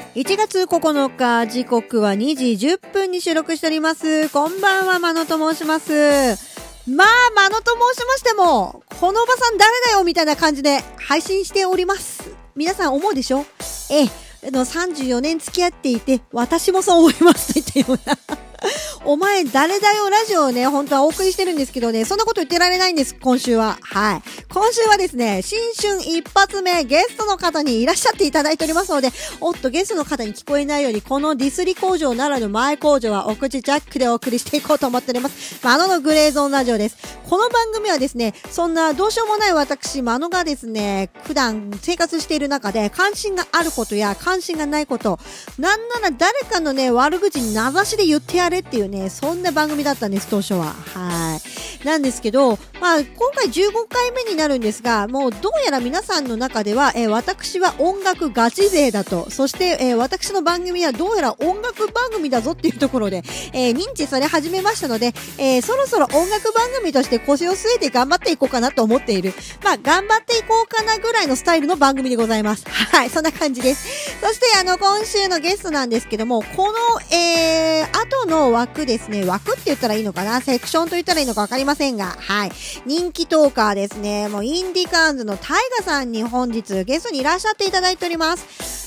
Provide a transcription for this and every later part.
1月9日、時刻は2時10分に収録しております。こんばんは、まのと申します。まあ、まのと申しましても、このおばさん誰だよみたいな感じで配信しております。皆さん思うでしょ？34年付き合っていて、私もそう思いますと言ったような。お前誰だよラジオをね、本当はお送りしてるんですけどね、そんなこと言ってられないんです、今週は。はい。今週はですね、新春一発目ゲストの方にいらっしゃっていただいておりますので、おっとゲストの方に聞こえないように、このディスリ工場ならぬ前工場はお口ジャックでお送りしていこうと思っております。マノのグレーゾーンラジオです。この番組はですね、そんなどうしようもない私、マノがですね、普段生活している中で関心があることや関心がないこと、なんなら誰かのね、悪口に名指しで言ってやれっていうね、そんな番組だったんです、当初は。はい。なんですけど、まあ、今回15回目になるんですが、もうどうやら皆さんの中では、私は音楽ガチ勢だと、そして、私の番組はどうやら音楽番組だぞっていうところで、認知され始めましたので、そろそろ音楽番組として腰を据えて頑張っていこうかなと思っている。まあ、頑張っていこうかなぐらいのスタイルの番組でございます。はい、そんな感じです。そして、今週のゲストなんですけども、この、後の枠ですね、枠って言ったらいいのかな、セクションと言ったらいいのかわかりませんが、はい。人気トーカーですね、もうインディカーンズのタイガさんに本日ゲストにいらっしゃっていただいております。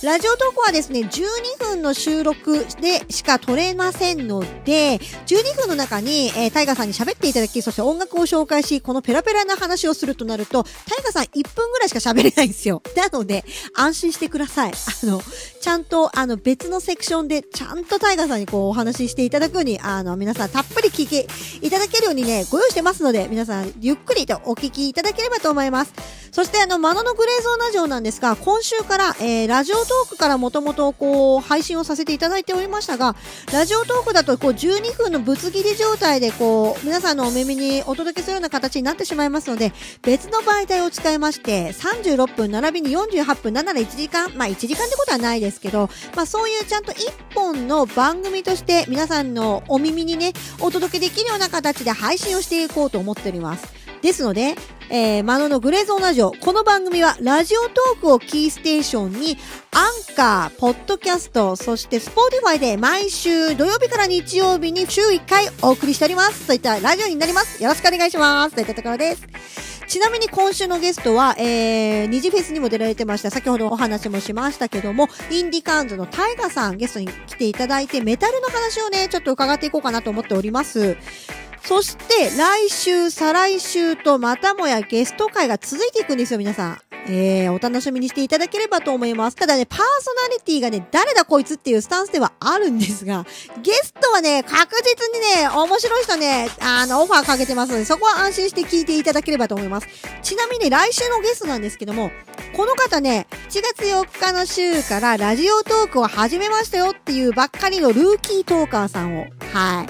ラジオトークはですね、12分の収録でしか撮れませんので、12分の中に、タイガさんに喋っていただき、そして音楽を紹介し、このペラペラな話をするとなると、タイガさん1分ぐらいしか喋れないんですよ。なので、安心してください。ちゃんと、別のセクションで、ちゃんとタイガさんにこうお話ししていただくように、皆さんたっぷり聞いていただけるようにね、ご用意してますので、皆さんゆっくりとお聞きいただければと思います。そしてマノのグレーゾーンラジオなんですが、今週から、ラジオトークからもともとこう、配信をさせていただいておりましたが、ラジオトークだとこう、12分のぶつ切り状態でこう、皆さんのお耳にお届けするような形になってしまいますので、別の媒体を使いまして、36分並びに48分、なんなら1時間、まあ1時間ってことはないですけど、まあそういうちゃんと1本の番組として皆さんのお耳にね、お届けできるような形で配信をしていこうと思っております。ですので、マノのグレーゾーンラジオ、この番組はラジオトークをキーステーションにアンカー、ポッドキャスト、そしてスポーティファイで毎週土曜日から日曜日に週1回お送りしております。そういったラジオになります。よろしくお願いします。といったところです。ちなみに今週のゲストは、二次フェスにも出られてました。先ほどお話もしましたけども、インディカーンズのタイガさんゲストに来ていただいて、メタルの話をね、ちょっと伺っていこうかなと思っております。そして、来週、再来週とまたもやゲスト会が続いていくんですよ、皆さん。お楽しみにしていただければと思います。ただね、パーソナリティがね、誰だこいつっていうスタンスではあるんですが、ゲストはね、確実にね、面白い人ね、オファーかけてますので、そこは安心して聞いていただければと思います。ちなみに来週のゲストなんですけども、この方ね、1月4日の週からラジオトークを始めましたよっていうばっかりのルーキートーカーさんを、はい。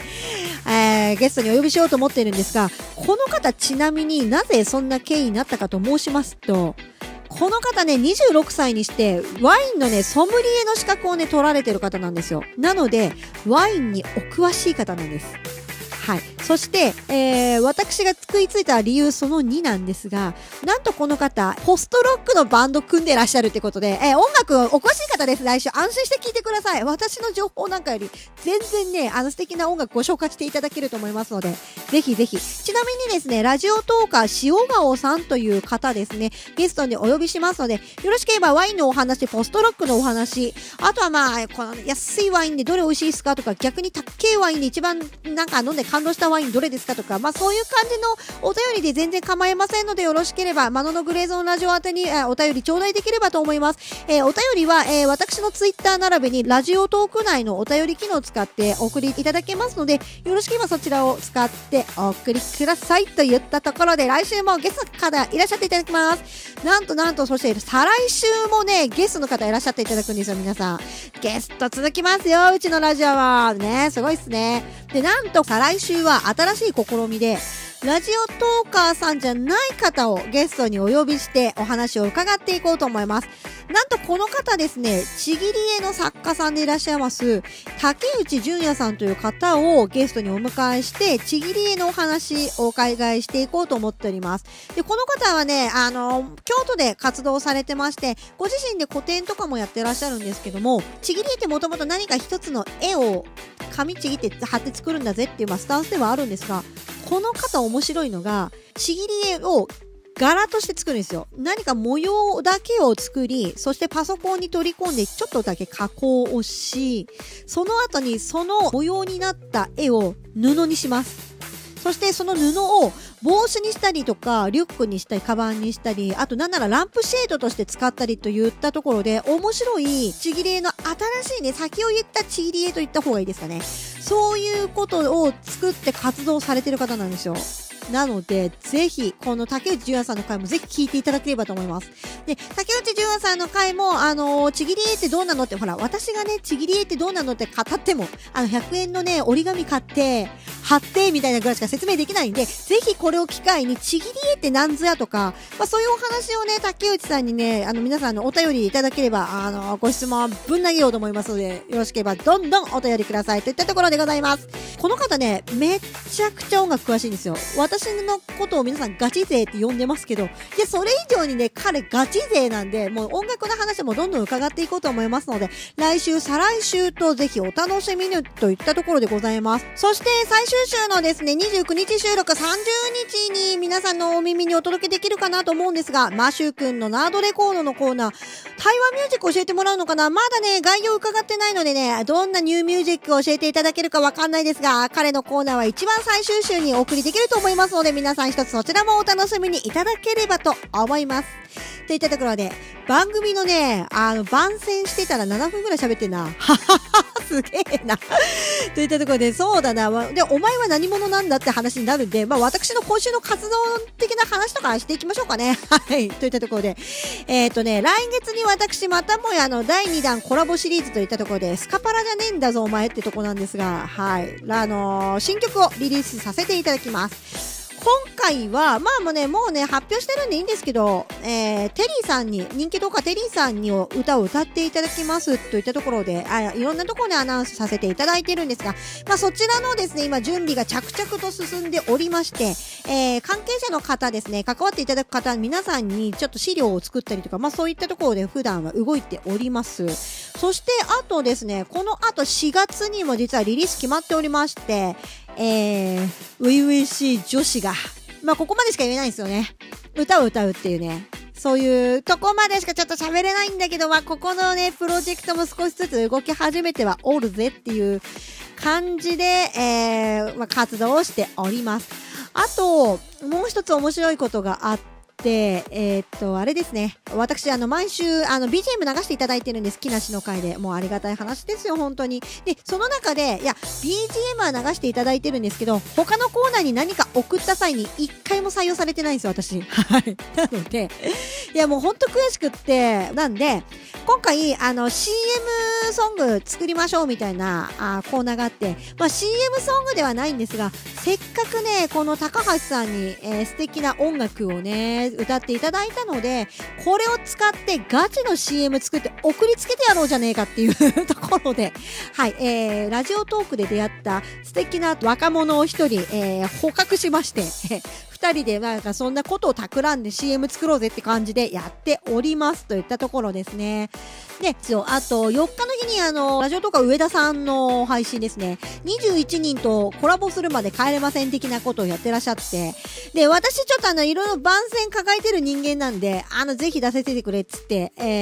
ゲストにお呼びしようと思っているんですが、この方ちなみになぜそんな経緯になったかと申しますと、この方ね、26歳にしてワインのね、ソムリエの資格をね、取られてる方なんですよ。なので、ワインにお詳しい方なんです。はい。そして、私が食いついた理由その2なんですが、なんとこの方、ポストロックのバンド組んでらっしゃるってことで、音楽お詳しい方です。来週安心して聞いてください。私の情報なんかより全然ね、素敵な音楽ご紹介していただけると思いますので、ぜひぜひ。ちなみにですね、ラジオトーカー塩顔さんという方ですね、ゲストにお呼びしますので、よろしければワインのお話、ポストロックのお話、あとはまあ、この安いワインでどれ美味しいですかとか、逆に高いワインで一番なんか飲んで感動したワインどれですかとか、まあそういう感じのお便りで全然構いませんので、よろしければマノのグレーゾーンラジオ宛てにお便り頂戴できればと思います。お便りは、私のツイッター並びにラジオトーク内のお便り機能を使ってお送りいただけますので、よろしければそちらを使ってお送りくださいといったところで、来週もゲストの方いらっしゃっていただきます。なんとそして再来週もね、ゲストの方いらっしゃっていただくんですよ。皆さんゲスト続きますよ、うちのラジオはね、すごいっすね。で、なんと再来週は新しい試みでラジオトーカーさんじゃない方をゲストにお呼びしてお話を伺っていこうと思います。なんとこの方ですね、ちぎり絵の作家さんでいらっしゃいます竹内純也さんという方をゲストにお迎えして、ちぎり絵のお話をお伺いしていこうと思っております。で、この方はね、京都で活動されてまして、ご自身で個展とかもやってらっしゃるんですけども、ちぎり絵ってもともと何か一つの絵を紙ちぎって貼って作るんだぜっていう、スタンスではあるんですが、この方面白いのが、ちぎり絵を柄として作るんですよ。何か模様だけを作り、そしてパソコンに取り込んでちょっとだけ加工をし、その後にその模様になった絵を布にします。そしてその布を帽子にしたりとか、リュックにしたり、カバンにしたり、あとなんならランプシェードとして使ったりといったところで、面白いちぎり絵の新しいね、先を言ったちぎり絵と言った方がいいですかね。そういうことを作って活動されてる方なんですよ。なので、ぜひ、この竹内純也さんの回もぜひ聞いていただければと思います。で、竹内純也さんの回も、ちぎり絵ってどうなのって、ほら、私がね、ちぎり絵ってどうなのって語っても、100円のね、折り紙買って、貼って、みたいなぐらいしか説明できないんで、ぜひこれを機会に、ちぎり絵って何ぞやとか、そういうお話をね、竹内さんにね、皆さんのお便りいただければ、ご質問ぶん投げようと思いますので、よろしければ、どんどんお便りください。といったところでございます。この方ね、めちゃくちゃ音楽詳しいんですよ。私のことを皆さんガチ勢って呼んでますけど、いや、それ以上にね、彼ガチ勢なんで、もう音楽の話もどんどん伺っていこうと思いますので、来週、再来週とぜひお楽しみにといったところでございます。そして最終週のですね、29日収録30日に皆さんのお耳にお届けできるかなと思うんですが、マシューくんのナードレコードのコーナー、台湾ミュージック教えてもらうのかな？まだね、概要伺ってないのでね、どんなニューミュージックを教えていただけるかわかんないですが、彼のコーナーは一番最終週にお送りできると思いますので、皆さん一つそちらもお楽しみにいただければと思います。といったところで、番組のね、番宣してたら7分くらい喋ってんな。すげえな。といったところで、そうだな。で、お前は何者なんだって話になるんで、私の今週の活動的な話とかしていきましょうかね。はい。といったところで、来月に私またもや第2弾コラボシリーズといったところで、スカパラじゃねえんだぞお前ってとこなんですが、はい。新曲をリリースさせていただきます。今回は、もうね、発表してるんでいいんですけど、テリーさんに、人気動画テリーさんに歌を歌っていただきますといったところで、いろんなところでアナウンスさせていただいてるんですが、そちらのですね、今準備が着々と進んでおりまして、関係者の方ですね、関わっていただく方、皆さんにちょっと資料を作ったりとか、そういったところで普段は動いております。そして、あとですね、この後4月にも実はリリース決まっておりまして、初々しい女子が、ここまでしか言えないんですよね。歌を歌うっていうね。そういうとこまでしかちょっと喋れないんだけど、ここのね、プロジェクトも少しずつ動き始めてはおるぜっていう感じで、活動をしております。あと、もう一つ面白いことがあって、あれですね。私、毎週、BGM 流していただいてるんです。木梨の会で。もうありがたい話ですよ、本当に。で、その中で、BGM は流していただいてるんですけど、他のコーナーに何か送った際に一回も採用されてないんですよ、私。はい。なので、もう本当悔しくって、なんで、今回、CM ソング作りましょうみたいな、コーナーがあって、CM ソングではないんですが、せっかくね、この高橋さんに、素敵な音楽をね、歌っていただいたので、これを使ってガチの CM 作って送りつけてやろうじゃねえかっていうところで、はい、ラジオトークで出会った素敵な若者を一人、捕獲しまして、二人でそんなことを企んで CM 作ろうぜって感じでやっておりますといったところですね。で、あと4日の日にラジオとか上田さんの配信ですね。21人とコラボするまで帰れません的なことをやってらっしゃって。で、私ちょっといろいろ番宣抱えてる人間なんで、ぜひ出せてくれっつって、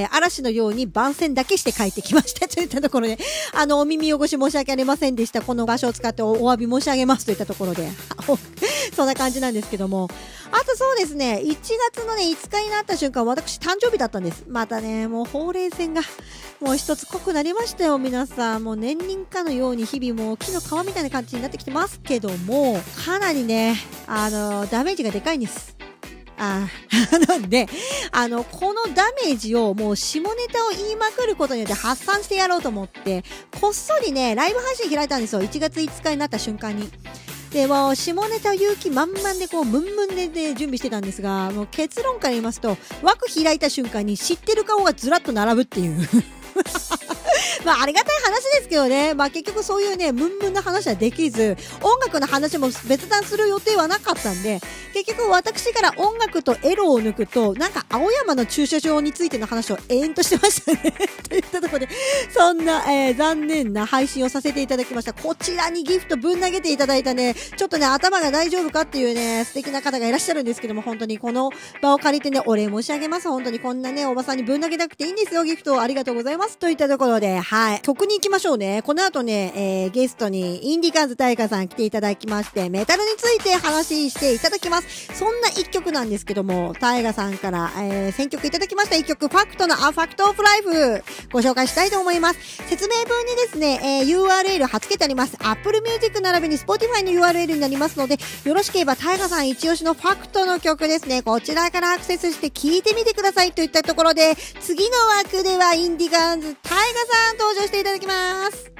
嵐のように番宣だけして帰ってきましたといったところで、お耳汚し申し訳ありませんでした。この場所を使ってお詫び申し上げますといったところで。そんな感じなんですけども。あとそうですね、1月のね、5日になった瞬間、私誕生日だったんです。またね、もうほうれい線が、もう一つ濃くなりましたよ、皆さん。もう年輪かのように日々もう木の皮みたいな感じになってきてますけども、かなりね、ダメージがでかいんです。なんで、このダメージをもう下ネタを言いまくることによって発散してやろうと思って、こっそりね、ライブ配信開いたんですよ。1月5日になった瞬間に。 で、もう下ネタ勇気満々でこう、ムンムンで、ね、準備してたんですが、もう結論から言いますと、枠開いた瞬間に知ってる顔がずらっと並ぶっていう。まあ、ありがたい話ですけどね。まあ、結局そういうね、ムンムンな話はできず、音楽の話も別段する予定はなかったんで、結局私から音楽とエロを抜くと、なんか青山の駐車場についての話を延々としてましたね。といったところで、そんな、残念な配信をさせていただきました。こちらにギフトぶん投げていただいたね、ちょっとね、頭が大丈夫かっていうね、素敵な方がいらっしゃるんですけども、本当にこの場を借りてね、お礼申し上げます。本当にこんなね、おばさんにぶん投げなくていいんですよ、ギフトをありがとうございます。といったところで、はい。曲に行きましょうね。この後ね、ゲストにインディカーズ大花さん来ていただきまして、メタルについて話していただきます。そんな一曲なんですけども、大花さんから、選曲いただきました一曲、ファクトのA Fact of Life ご紹介したいと思います。説明文にですね、URL 貼っ付けてあります。Apple Music 並びに Spotify の URL になりますので、よろしければ大花さん一押しのファクトの曲ですね、こちらからアクセスして聴いてみてくださいといったところで、次の枠ではインディカーズ大花さん登場していただきます。